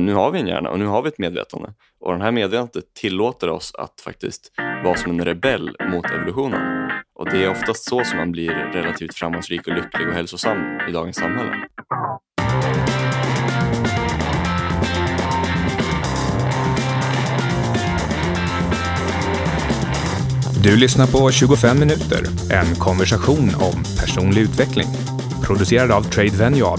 nu har vi en hjärna och nu har vi ett medvetande. Och den här medvetandet tillåter oss att faktiskt vara som en rebell mot evolutionen. Och det är oftast så som man blir relativt framgångsrik och lycklig och hälsosam i dagens samhälle. Du lyssnar på 25 minuter, en konversation om personlig utveckling. Producerad av Trade Venue AB.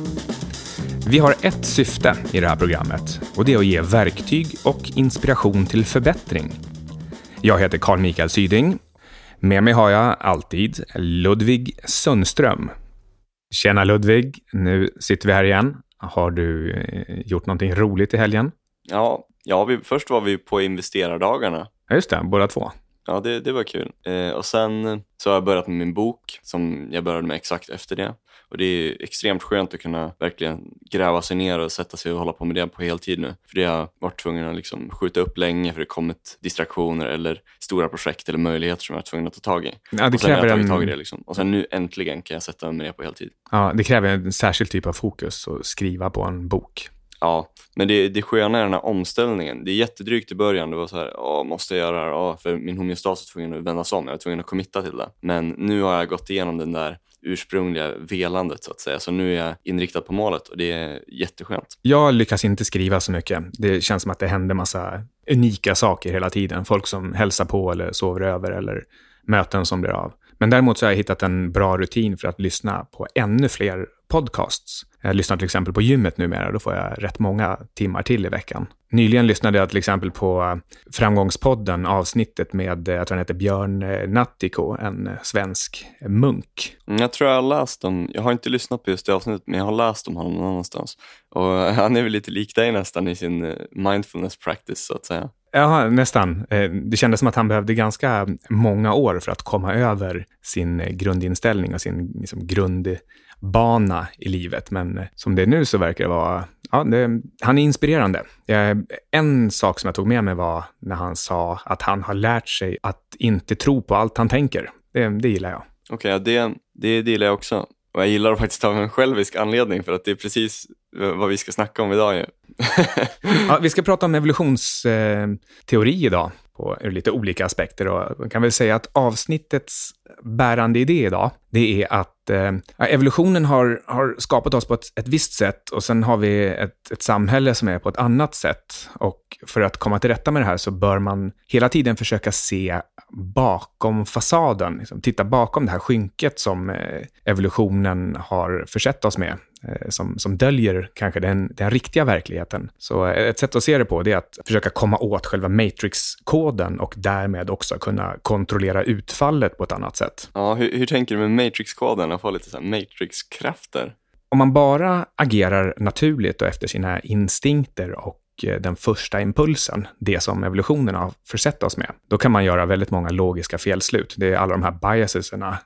Vi har ett syfte i det här programmet och det är att ge verktyg och inspiration till förbättring. Jag heter Carl Mikael Syding. Med mig har jag alltid Ludvig Sundström. Tjena Ludvig, nu sitter vi här igen. Har du gjort någonting roligt i helgen? Ja, först var vi på investerardagarna. Ja, just det, båda två. Ja, det var kul. Och sen så har jag börjat med min bok som jag började med exakt efter det. Och det är extremt skönt att kunna verkligen gräva sig ner och sätta sig och hålla på med det på heltid nu. För det har jag varit tvungen att liksom skjuta upp länge för det kommit distraktioner eller stora projekt eller möjligheter som jag var tvungen att ta tag i. Ja, det och sen kräver har jag tagit tag i det liksom. Och sen nu äntligen kan jag sätta mig med det på heltid. Ja, det kräver en särskild typ av fokus att skriva på en bok. Ja, men det sköna är den här omställningen. Det är jättedrygt i början. Det var så här, måste jag göra det här? För min homeostas var tvungen att vändas om. Jag var tvungen att committa till det. Men nu har jag gått igenom den där ursprungliga velandet så att säga. Så nu är jag inriktad på målet och det är jätteskönt. Jag lyckas inte skriva så mycket. Det känns som att det händer massa unika saker hela tiden. Folk som hälsar på eller sover över eller möten som blir av. Men däremot så har jag hittat en bra rutin för att lyssna på ännu fler podcasts. Jag lyssnar till exempel på gymmet numera, då får jag rätt många timmar till i veckan. Nyligen lyssnade jag till exempel på Framgångspodden, avsnittet med, jag tror han heter Björn Nattiko, en svensk munk. Jag tror jag har läst om, jag har inte lyssnat på just det avsnittet, men jag har läst om honom någon annanstans. Och han är väl lite lik dig nästan i sin mindfulness practice så att säga. Ja, nästan. Det kändes som att han behövde ganska många år för att komma över sin grundinställning och sin liksom, grundbana i livet. Men som det är nu så verkar det vara... Ja, han är inspirerande. En sak som jag tog med mig var när han sa att han har lärt sig att inte tro på allt han tänker. Det gillar jag. Okej, det gillar jag också. Och jag gillar det faktiskt av en självisk anledning för att det är precis vad vi ska snacka om idag ju. Ja, vi ska prata om evolutionsteori idag på lite olika aspekter och man kan väl säga att avsnittets bärande idé idag det är att evolutionen har skapat oss på ett visst sätt och sen har vi ett samhälle som är på ett annat sätt och för att komma till rätta med det här så bör man hela tiden försöka se bakom fasaden, liksom, titta bakom det här skynket som evolutionen har försett oss med. Som döljer kanske den riktiga verkligheten. Så ett sätt att se det på det är att försöka komma åt själva Matrix-koden och därmed också kunna kontrollera utfallet på ett annat sätt. Ja, hur tänker du med Matrix-koden och få lite så här Matrix-krafter? Om man bara agerar naturligt och efter sina instinkter och den första impulsen, det som evolutionen har försett oss med, då kan man göra väldigt många logiska felslut. Det är alla de här biaseserna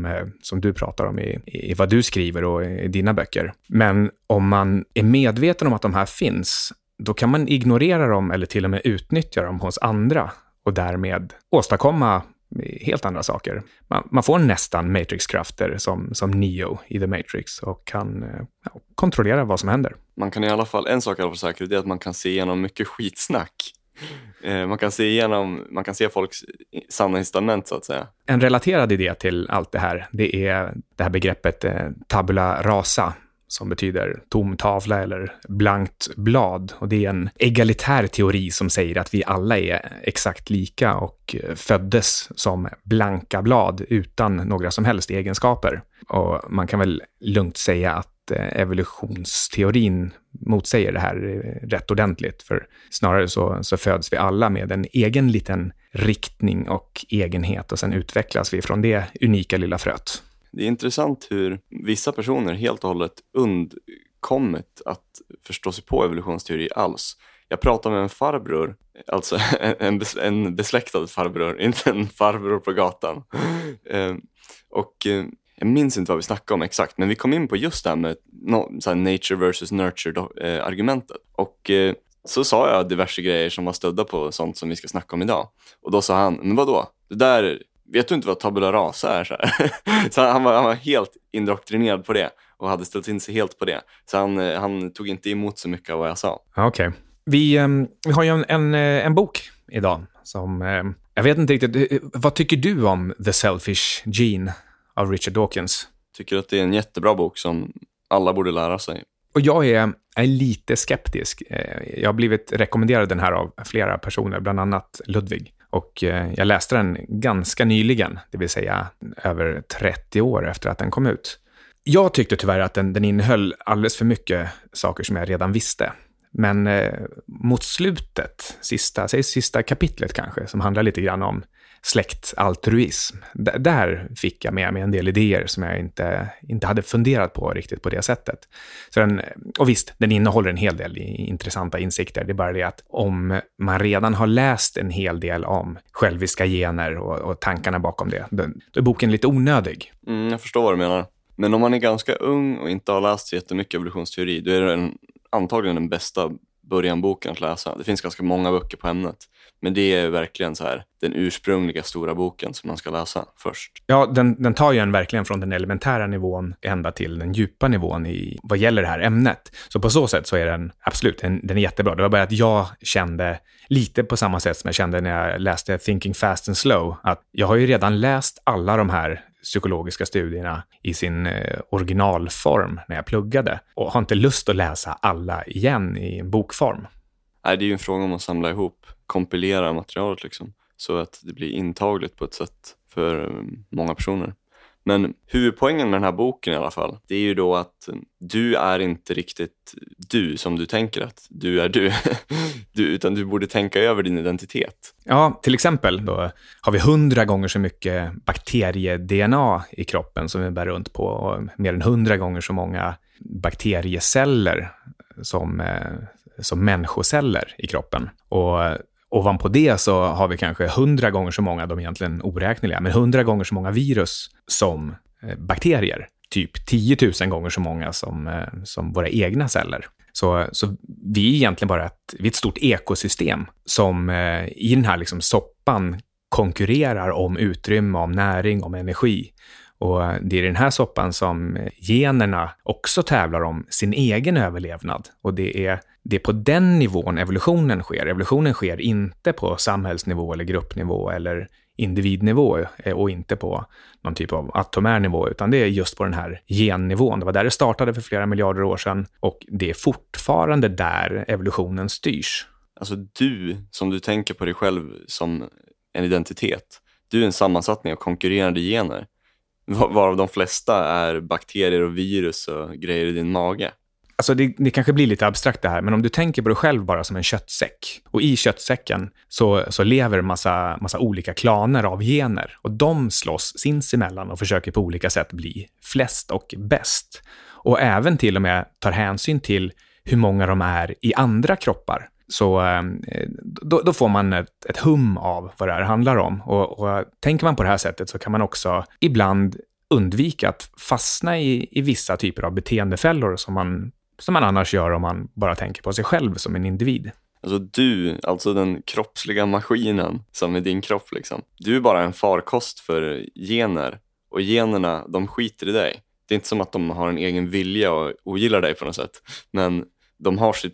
som du pratar om i vad du skriver och i dina böcker. Men om man är medveten om att de här finns, då kan man ignorera dem eller till och med utnyttja dem hos andra och därmed åstadkomma helt andra saker. Man får nästan Matrix-krafter som Neo i The Matrix och kan kontrollera vad som händer. Man kan i alla fall, en sak i alla fall säkert, det är att man kan se igenom mycket skitsnack. Man kan se folks sanna incitament så att säga. En relaterad idé till allt det här, det är det här begreppet tabula rasa, som betyder tom tavla eller blankt blad. Och det är en egalitär teori som säger att vi alla är exakt lika och föddes som blanka blad utan några som helst egenskaper. Och man kan väl lugnt säga att evolutionsteorin motsäger det här rätt ordentligt. För snarare så föds vi alla med en egen liten riktning och egenhet och sen utvecklas vi från det unika lilla fröet. Det är intressant hur vissa personer helt och hållet undkommit att förstå sig på evolutionsteori alls. Jag pratade med en farbror, alltså en besläktad farbror, inte en farbror på gatan. Jag minns inte vad vi snackade om exakt, men vi kom in på just det här med nature versus nurture argumentet. Och så sa jag diverse grejer som var stödda på sånt som vi ska snacka om idag. Och då sa han, men vadå? Det där... Vet du inte vad tabula rasa är? Så han var helt indoktrinerad på det. och hade ställt in sig helt på det. Så han tog inte emot så mycket av vad jag sa. Okej. Vi har ju en bok idag som... jag vet inte riktigt, vad tycker du om The Selfish Gene av Richard Dawkins? Tycker att det är en jättebra bok som alla borde lära sig. Och jag är lite skeptisk. Jag har blivit rekommenderad den här av flera personer, bland annat Ludvig. Och jag läste den ganska nyligen, det vill säga över 30 år efter att den kom ut. Jag tyckte tyvärr att den innehöll alldeles för mycket saker som jag redan visste. Men mot slutet, sista kapitlet kanske, som handlar lite grann om släktaltruism. Där fick jag med mig en del idéer som jag inte hade funderat på riktigt på det sättet. Så och visst, den innehåller en hel del intressanta insikter. Det är bara det att om man redan har läst en hel del om själviska gener och tankarna bakom det, då är boken lite onödig. Jag förstår vad du menar. Men om man är ganska ung och inte har läst så jättemycket evolutionsteori, då är det antagligen den bästa börjanboken att läsa. Det finns ganska många böcker på ämnet. Men det är verkligen så här den ursprungliga stora boken som man ska läsa först. Ja, den tar ju en verkligen från den elementära nivån ända till den djupa nivån i vad gäller det här ämnet. Så på så sätt så är den absolut, den är jättebra. Det var bara att jag kände lite på samma sätt som jag kände när jag läste Thinking Fast and Slow. Att jag har ju redan läst alla de här psykologiska studierna i sin originalform när jag pluggade. Och har inte lust att läsa alla igen i en bokform. Nej, det är ju en fråga om att samla ihop, kompilera materialet liksom, så att det blir intagligt på ett sätt för många personer. Men huvudpoängen med den här boken i alla fall, det är ju då att du är inte riktigt du som du tänker att du är du, utan du borde tänka över din identitet. Ja, till exempel då har vi 100 gånger så mycket bakterie-DNA i kroppen som vi bär runt på, och mer än 100 gånger så många bakterieceller som människoceller i kroppen. Och ovanpå det så har vi kanske 100 gånger så många, de är egentligen oräkneliga, men 100 gånger så många virus som bakterier. Typ 10 000 gånger så många som våra egna celler. Så vi är egentligen bara ett stort ekosystem som i den här liksom soppan konkurrerar om utrymme, om näring, om energi. Och det är den här soppan som generna också tävlar om sin egen överlevnad. Och det är på den nivån evolutionen sker. Evolutionen sker inte på samhällsnivå eller gruppnivå eller individnivå och inte på någon typ av atomär nivå, utan det är just på den här gennivån. Det var där det startade för flera miljarder år sedan, och det är fortfarande där evolutionen styrs. Alltså du, som du tänker på dig själv som en identitet, du är en sammansättning av konkurrerande gener, varav de flesta är bakterier och virus och grejer i din mage. Alltså det kanske blir lite abstrakt det här, men om du tänker på dig själv bara som en köttsäck, och i köttsäcken så lever massa olika klaner av gener, och de slåss sinsemellan och försöker på olika sätt bli flest och bäst. Och även till och med tar hänsyn till hur många de är i andra kroppar. Så då får man ett hum av vad det här handlar om. Och tänker man på det här sättet så kan man också ibland undvika att fastna i vissa typer av beteendefällor som man annars gör om man bara tänker på sig själv som en individ. Alltså du, alltså den kroppsliga maskinen som är din kropp liksom. Du är bara en farkost för gener, och generna, de skiter i dig. Det är inte som att de har en egen vilja och ogillar dig på något sätt, men de har sitt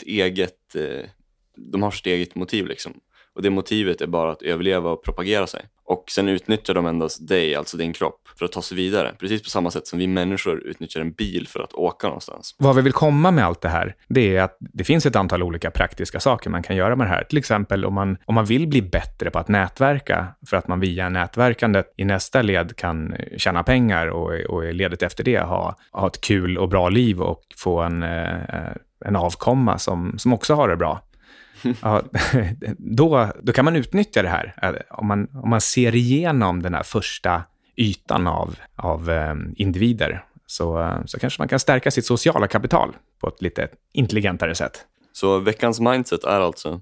eget motiv liksom. Och det motivet är bara att överleva och propagera sig. Och sen utnyttjar de endast dig, alltså din kropp, för att ta sig vidare. Precis på samma sätt som vi människor utnyttjar en bil för att åka någonstans. Vad vi vill komma med allt det här, det är att det finns ett antal olika praktiska saker man kan göra med det här. Till exempel om man vill bli bättre på att nätverka, för att man via nätverkandet i nästa led kan tjäna pengar och i ledet efter det ha ett kul och bra liv och få en avkomma som också har det bra. Ja, då kan man utnyttja det här. Om man ser igenom den här första ytan av individer, så kanske man kan stärka sitt sociala kapital på ett lite intelligentare sätt. Så veckans mindset är alltså: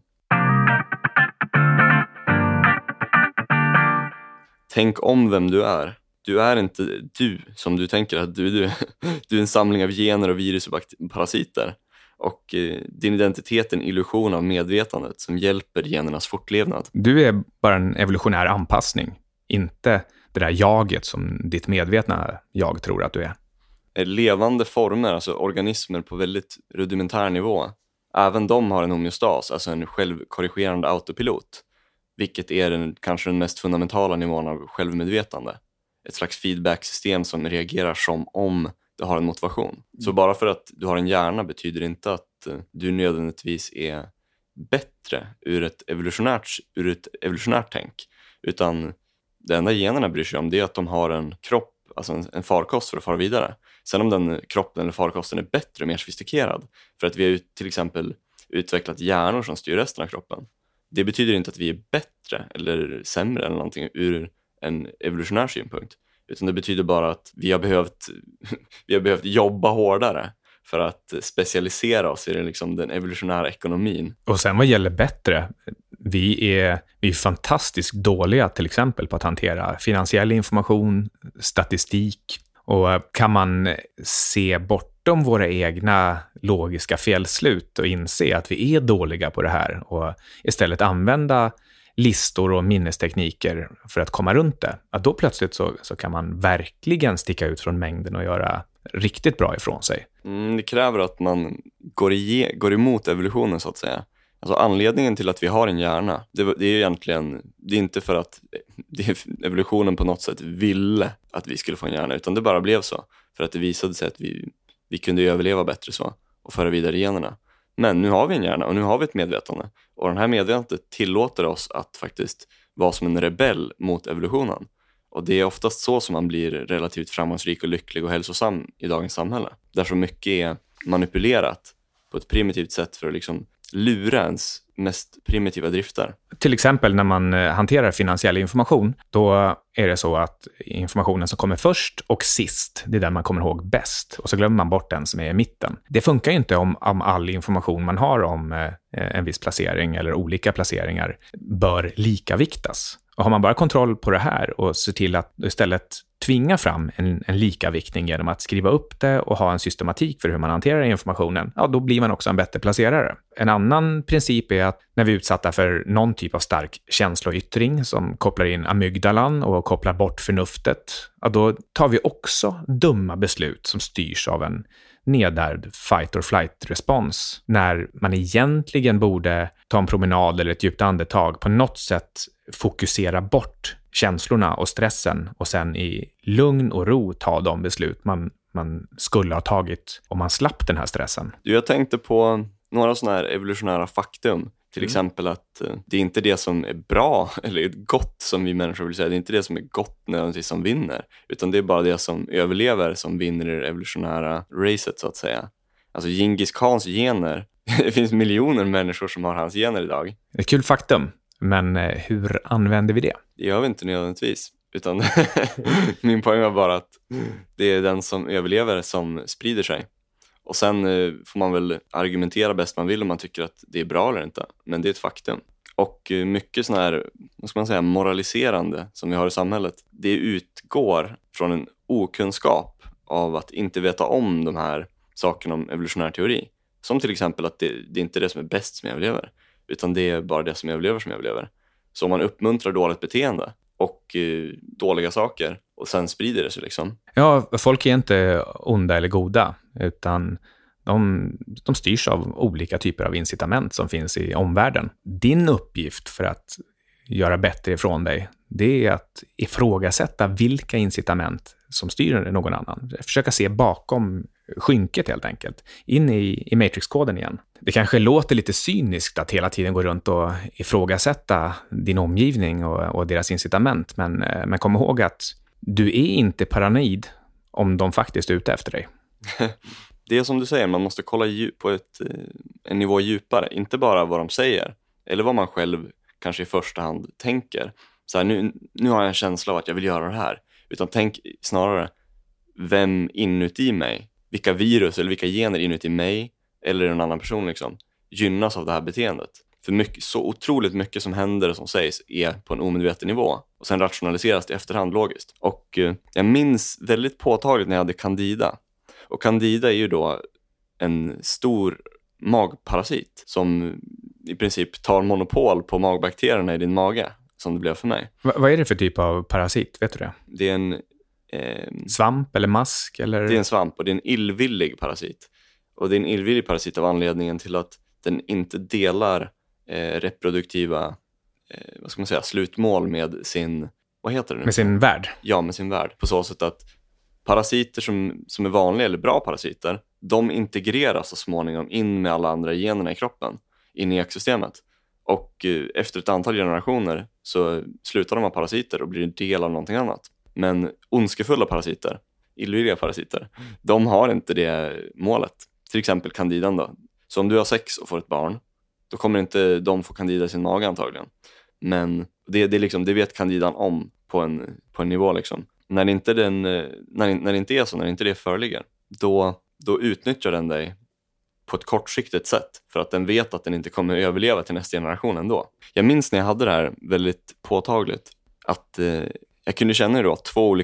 tänk om vem du är. Du är inte du som du tänker att du är. Du är en samling av gener och virus och parasiter. Och din identitet är en illusion av medvetandet som hjälper genernas fortlevnad. Du är bara en evolutionär anpassning, inte det där jaget som ditt medvetna jag tror att du är. levande former, alltså organismer på väldigt rudimentär nivå, även de har en homeostas, alltså en självkorrigerande autopilot, vilket är kanske den mest fundamentala nivån av självmedvetande. Ett slags feedbacksystem som reagerar som om du har en motivation. Så bara för att du har en hjärna betyder det inte att du nödvändigtvis är bättre ur ett evolutionärt tänk, utan det enda generna bryr sig om det är att de har en kropp, alltså en farkost för att fara vidare. Sen om den kroppen eller farkosten är bättre och mer sofistikerad, för att vi har till exempel utvecklat hjärnor som styr resten av kroppen, det betyder inte att vi är bättre eller sämre eller någonting ur en evolutionär synpunkt, utan det betyder bara att vi har behövt jobba hårdare för att specialisera oss i den evolutionära ekonomin. Och sen vad gäller bättre, vi är fantastiskt dåliga till exempel på att hantera finansiell information, statistik, och kan man se bortom våra egna logiska felslut och inse att vi är dåliga på det här och istället använda listor och minnestekniker för att komma runt det, att då plötsligt så kan man verkligen sticka ut från mängden och göra riktigt bra ifrån sig. Det kräver att man går emot evolutionen så att säga. Alltså anledningen till att vi har en hjärna, det är egentligen, det är inte för att evolutionen på något sätt ville att vi skulle få en hjärna, utan det bara blev så. För att det visade sig att vi kunde överleva bättre så och föra vidare generna. Men nu har vi en hjärna och nu har vi ett medvetande. Och den här medvetandet tillåter oss att faktiskt vara som en rebell mot evolutionen. Och det är oftast så som man blir relativt framgångsrik och lycklig och hälsosam i dagens samhälle. Därför mycket är manipulerat på ett primitivt sätt för att lura ens mest primitiva drifter. Till exempel när man hanterar finansiell information, då är det så att informationen som kommer först och sist, det är den man kommer ihåg bäst. Och så glömmer man bort den som är i mitten. Det funkar ju inte om all information man har om en viss placering eller olika placeringar bör likaviktas. Och har man bara kontroll på det här och ser till att istället tvinga fram en likaviktning genom att skriva upp det och ha en systematik för hur man hanterar informationen, ja, då blir man också en bättre placerare. En annan princip är att när vi är utsatta för någon typ av stark känsloyttring som kopplar in amygdalan och kopplar bort förnuftet, ja, då tar vi också dumma beslut som styrs av en nedärvd fight or flight respons, när man egentligen borde ta en promenad eller ett djupt andetag, på något sätt fokusera bort känslorna och stressen och sen i lugn och ro ta de beslut man skulle ha tagit om man slapp den här stressen. Jag tänkte på några sådana här evolutionära faktum. Till exempel att det är inte det som är bra eller gott som vi människor vill säga. Det är inte det som är gott nödvändigtvis som vinner. Utan det är bara det som överlever som vinner i det evolutionära racet så att säga. Alltså Genghis Khans gener. Det finns miljoner människor som har hans gener idag. Det är ett kul faktum. Men hur använder vi det? Det gör vi inte nödvändigtvis. Utan min poäng var bara att det är den som överlever som sprider sig. Och sen får man väl argumentera bäst man vill om man tycker att det är bra eller inte. Men det är ett faktum. Och mycket sån här, vad ska man säga, moraliserande som vi har i samhället, det utgår från en okunskap av att inte veta om de här sakerna om evolutionär teori. Som till exempel att det är inte det som är bäst som överlever, utan det är bara det som överlever. Så om man uppmuntrar dåligt beteende och dåliga saker och sen sprider det sig Ja, folk är inte onda eller goda, utan de styrs av olika typer av incitament som finns i omvärlden. Din uppgift för att göra bättre ifrån dig, det är att ifrågasätta vilka incitament som styr någon annan. Försöka se bakom skynket helt enkelt. In i Matrix-koden igen. Det kanske låter lite cyniskt att hela tiden gå runt och ifrågasätta din omgivning och deras incitament. Men kom ihåg att du är inte paranoid om de faktiskt är ute efter dig. Det är som du säger, man måste kolla på en nivå djupare. Inte bara vad de säger eller vad man själv kanske i första hand tänker. Så här, nu har jag en känsla av att jag vill göra det här. Utan tänk snarare, vem inuti mig, vilka virus eller vilka gener inuti mig eller en annan person gynnas av det här beteendet. För så otroligt mycket som händer och som sägs är på en omedveten nivå. Och sen rationaliseras det i efterhand logiskt. Och jag minns väldigt påtagligt när jag hade candida. Och candida är ju då en stor magparasit som i princip tar monopol på magbakterierna i din mage, som det blev för mig. Vad är det för typ av parasit, vet du det? Det är Svamp eller mask? Eller? Det är en svamp och det är en illvillig parasit. Och det är en illvillig parasit av anledningen till att den inte delar reproduktiva vad ska man säga, slutmål med sin, vad heter det nu? Med sin värld? Ja, med sin värld. På så sätt att parasiter som är vanliga eller bra parasiter, de integreras så småningom in med alla andra generna i kroppen, in i ekosystemet. Och efter ett antal generationer så slutar de vara parasiter och blir en del av någonting annat. Men ondskefulla parasiter, illvilliga parasiter, de har inte det målet. Till exempel candidan då. Så om du har sex och får ett barn, då kommer inte de få candida i sin mage antagligen. Men det liksom, det vet candidan om på en nivå liksom. När det inte är så, när inte det föreligger, då utnyttjar den dig på ett kortsiktigt sätt för att den vet att den inte kommer överleva till nästa generation ändå. Jag minns när jag hade det här väldigt påtagligt att jag kunde känna då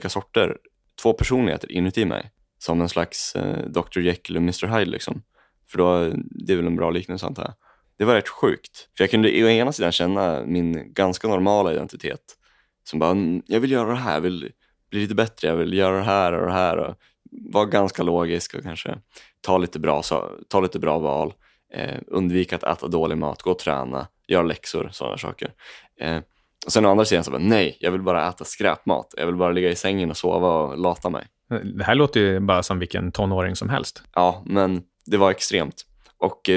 två personligheter inuti mig som en slags Dr. Jekyll och Mr. Hyde liksom. För då, det är väl en bra liknelse antar jag. Det var rätt sjukt. För jag kunde å ena sidan känna min ganska normala identitet som bara, jag vill göra det här, jag vill bli lite bättre, jag vill göra det här och det här och vara ganska logisk och kanske ta lite bra val, undvika att äta dålig mat, gå och träna, göra läxor, sådana saker. Och sen å andra sidan så bara, nej, jag vill bara äta skräpmat, jag vill bara ligga i sängen och sova och lata mig. Det här låter ju bara som vilken tonåring som helst. Ja, men det var extremt. Och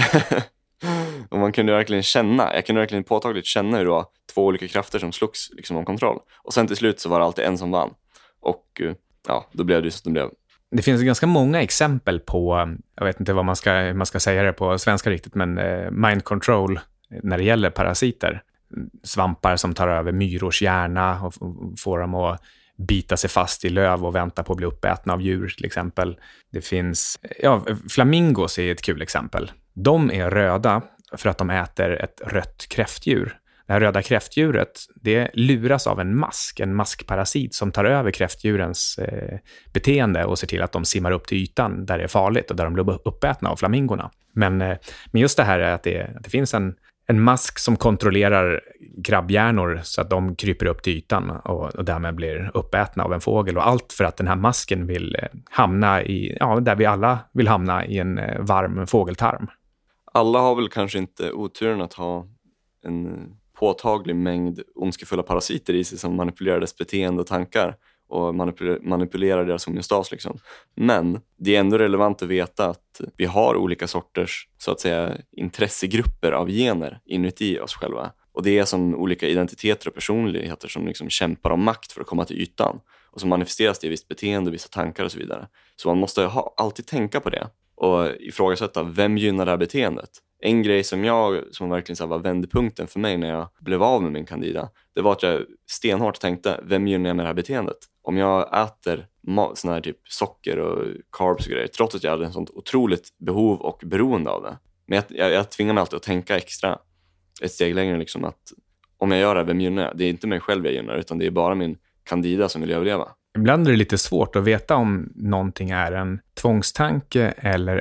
och jag kunde verkligen påtagligt känna hur det var två olika krafter som slogs liksom om kontroll. Och sen till slut så var det alltid en som vann. Och ja, då blev det just som det blev. Det finns ganska många exempel på, jag vet inte vad man ska säga det på svenska riktigt, men mind control när det gäller parasiter. Svampar som tar över myrors hjärna och får dem att bita sig fast i löv och vänta på att bli uppätna av djur till exempel. Det finns, flamingos är ett kul exempel. De är röda för att de äter ett rött kräftdjur. Det här röda kräftdjuret, det luras av en maskparasit som tar över kräftdjurens beteende och ser till att de simmar upp till ytan där det är farligt och där de blir uppätna av flamingorna. Men just det här är att det finns en mask som kontrollerar krabbhjärnor så att de kryper upp till ytan och därmed blir uppätna av en fågel. Och allt för att den här masken vill hamna i, där vi alla vill hamna, i en varm fågeltarm. Alla har väl kanske inte oturen att ha en påtaglig mängd ondskefulla parasiter i sig som manipulerar dess beteende och tankar och manipulerar deras homeostas liksom. Men det är ändå relevant att veta att vi har olika sorters, så att säga, intressegrupper av gener inuti oss själva. Och det är som olika identiteter och personligheter som liksom kämpar om makt för att komma till ytan. Och som manifesteras det i visst beteende, vissa tankar och så vidare. Så man måste alltid tänka på det och ifrågasätta, vem gynnar det här beteendet? En grej som verkligen så var vändpunkten för mig när jag blev av med min candida, det var att jag stenhårt tänkte, vem gynnar jag med det här beteendet? Om jag äter sån här typ socker och carbs och grejer, trots att jag hade en sånt otroligt behov och beroende av det. Men jag tvingar mig alltid att tänka extra ett steg längre liksom, att om jag gör det, vem gynnar jag? Det är inte mig själv jag gynnar, utan det är bara min candida som vill överleva. Ibland är det lite svårt att veta om någonting är en tvångstanke eller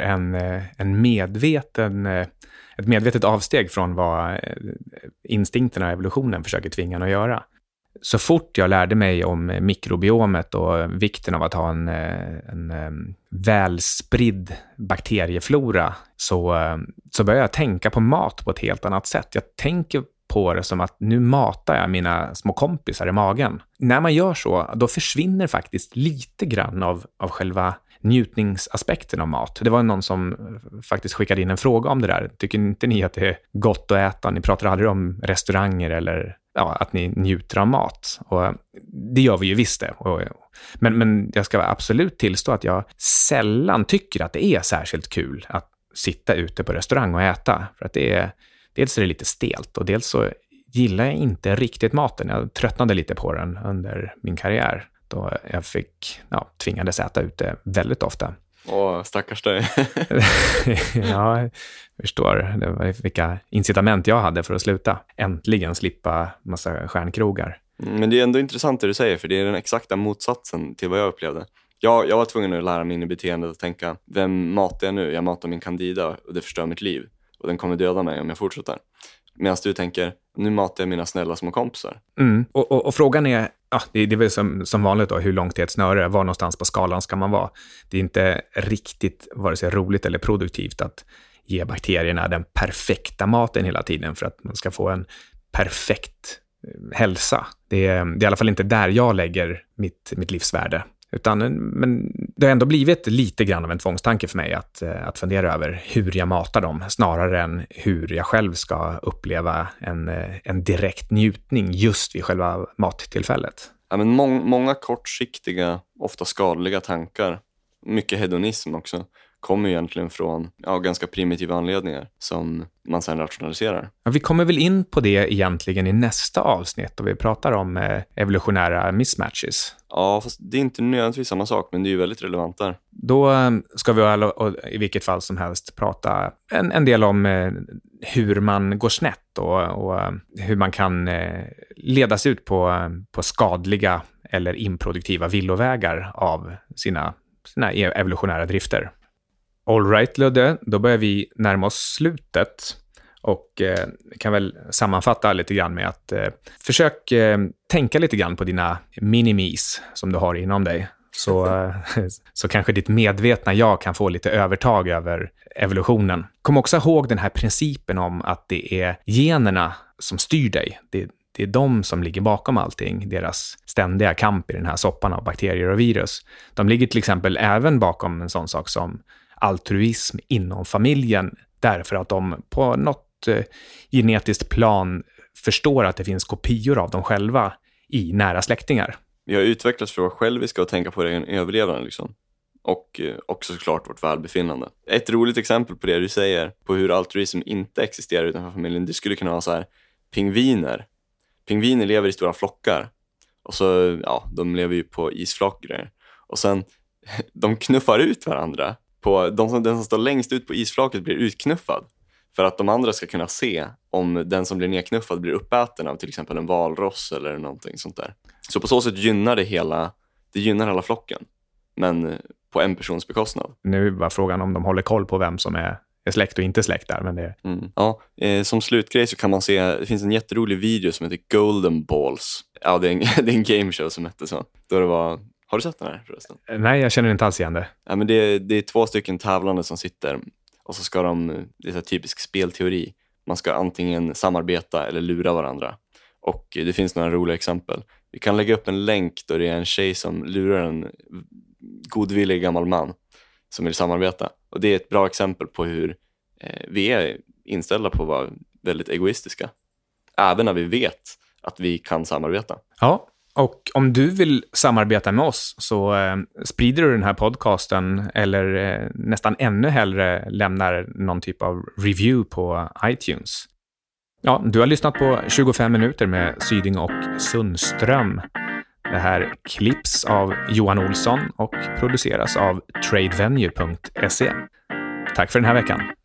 ett medvetet avsteg från vad instinkterna och evolutionen försöker tvinga en att göra. Så fort jag lärde mig om mikrobiomet och vikten av att ha en välspridd bakterieflora så började jag tänka på mat på ett helt annat sätt. Jag tänker på det som att nu matar jag mina små kompisar i magen. När man gör så, då försvinner faktiskt lite grann av själva njutningsaspekten av mat. Det var någon som faktiskt skickade in en fråga om det där. Tycker inte ni att det är gott att äta? Ni pratar aldrig om restauranger eller att ni njuter av mat. Och det gör vi ju visst det. Men jag ska absolut tillstå att jag sällan tycker att det är särskilt kul att sitta ute på restaurang och äta. För att dels är det lite stelt och dels så gillar jag inte riktigt maten. Jag tröttnade lite på den under min karriär då jag tvingades äta ute väldigt ofta. Stackars dig. Ja, jag förstår. Det var vilka incitament jag hade för att sluta. Äntligen slippa massa stjärnkrogar. Men det är ändå intressant det du säger, för det är den exakta motsatsen till vad jag upplevde. Jag var tvungen att lära mig in i beteendet och tänka, vem matar jag nu? Jag matar min candida och det förstör mitt liv. Och den kommer döda mig om jag fortsätter. Medan du tänker, nu matar jag mina snälla små kompisar. Och frågan är, det är väl som vanligt då, hur långt är ett snöre? Var någonstans på skalan ska man vara? Det är inte riktigt vare sig roligt eller produktivt att ge bakterierna den perfekta maten hela tiden för att man ska få en perfekt hälsa. Det är i alla fall inte där jag lägger mitt livsvärde. Men det har ändå blivit lite grann av en tvångstanke för mig att fundera över hur jag matar dem, snarare än hur jag själv ska uppleva en direkt njutning just vid själva mattillfället. Ja, men många kortsiktiga, ofta skadliga tankar, mycket hedonism också, kommer egentligen från ganska primitiva anledningar som man sedan rationaliserar. Ja, vi kommer väl in på det egentligen i nästa avsnitt då vi pratar om evolutionära mismatches. Ja, fast det är inte nödvändigtvis samma sak, men det är ju väldigt relevant där. Då ska vi i vilket fall som helst prata en del om hur man går snett och hur man kan ledas ut på skadliga eller improduktiva villovägar av sina evolutionära drifter. All right, Ludde, då börjar vi närma oss slutet och kan väl sammanfatta lite grann med att försök tänka lite grann på dina minimis som du har inom dig. Så kanske ditt medvetna jag kan få lite övertag över evolutionen. Kom också ihåg den här principen om att det är generna som styr dig. Det är de som ligger bakom allting, deras ständiga kamp i den här soppan av bakterier och virus. De ligger till exempel även bakom en sån sak som altruism inom familjen, därför att de på något genetiskt plan förstår att det finns kopior av dem själva i nära släktingar. Vi har utvecklats för att vara själviska och tänka på egen överlevnad liksom. Och också såklart vårt välbefinnande. Ett roligt exempel på det du säger, på hur altruism inte existerar utanför familjen, det skulle kunna vara så här: pingviner. Pingviner lever i stora flockar. Och så, de lever ju på isflak. Och sen, de knuffar ut varandra. Den som står längst ut på isflaket blir utknuffad. För att de andra ska kunna se om den som blir nedknuffad blir uppäten av till exempel en valross eller någonting sånt där. Så på så sätt gynnar det gynnar hela flocken. Men på en persons bekostnad. Nu var frågan om de håller koll på vem som är släkt och inte släkt där. Men det... Ja, som slutgrej så kan man se, det finns en jätterolig video som heter Golden Balls. Ja, det är en gameshow som heter så. Då det var... Har du sett den här förresten? Nej, jag känner inte alls igen det. Ja, men det är 2 stycken tävlande som sitter och så ska det är så typisk spelteori. Man ska antingen samarbeta eller lura varandra. Och det finns några roliga exempel. Vi kan lägga upp en länk då det är en tjej som lurar en godvillig gammal man som vill samarbeta. Och det är ett bra exempel på hur vi är inställda på att vara väldigt egoistiska. Även när vi vet att vi kan samarbeta. Ja. Och om du vill samarbeta med oss så sprider du den här podcasten eller nästan ännu hellre lämnar någon typ av review på iTunes. Ja, du har lyssnat på 25 minuter med Syding och Sundström. Det här klipps av Johan Olsson och produceras av tradevenue.se. Tack för den här veckan.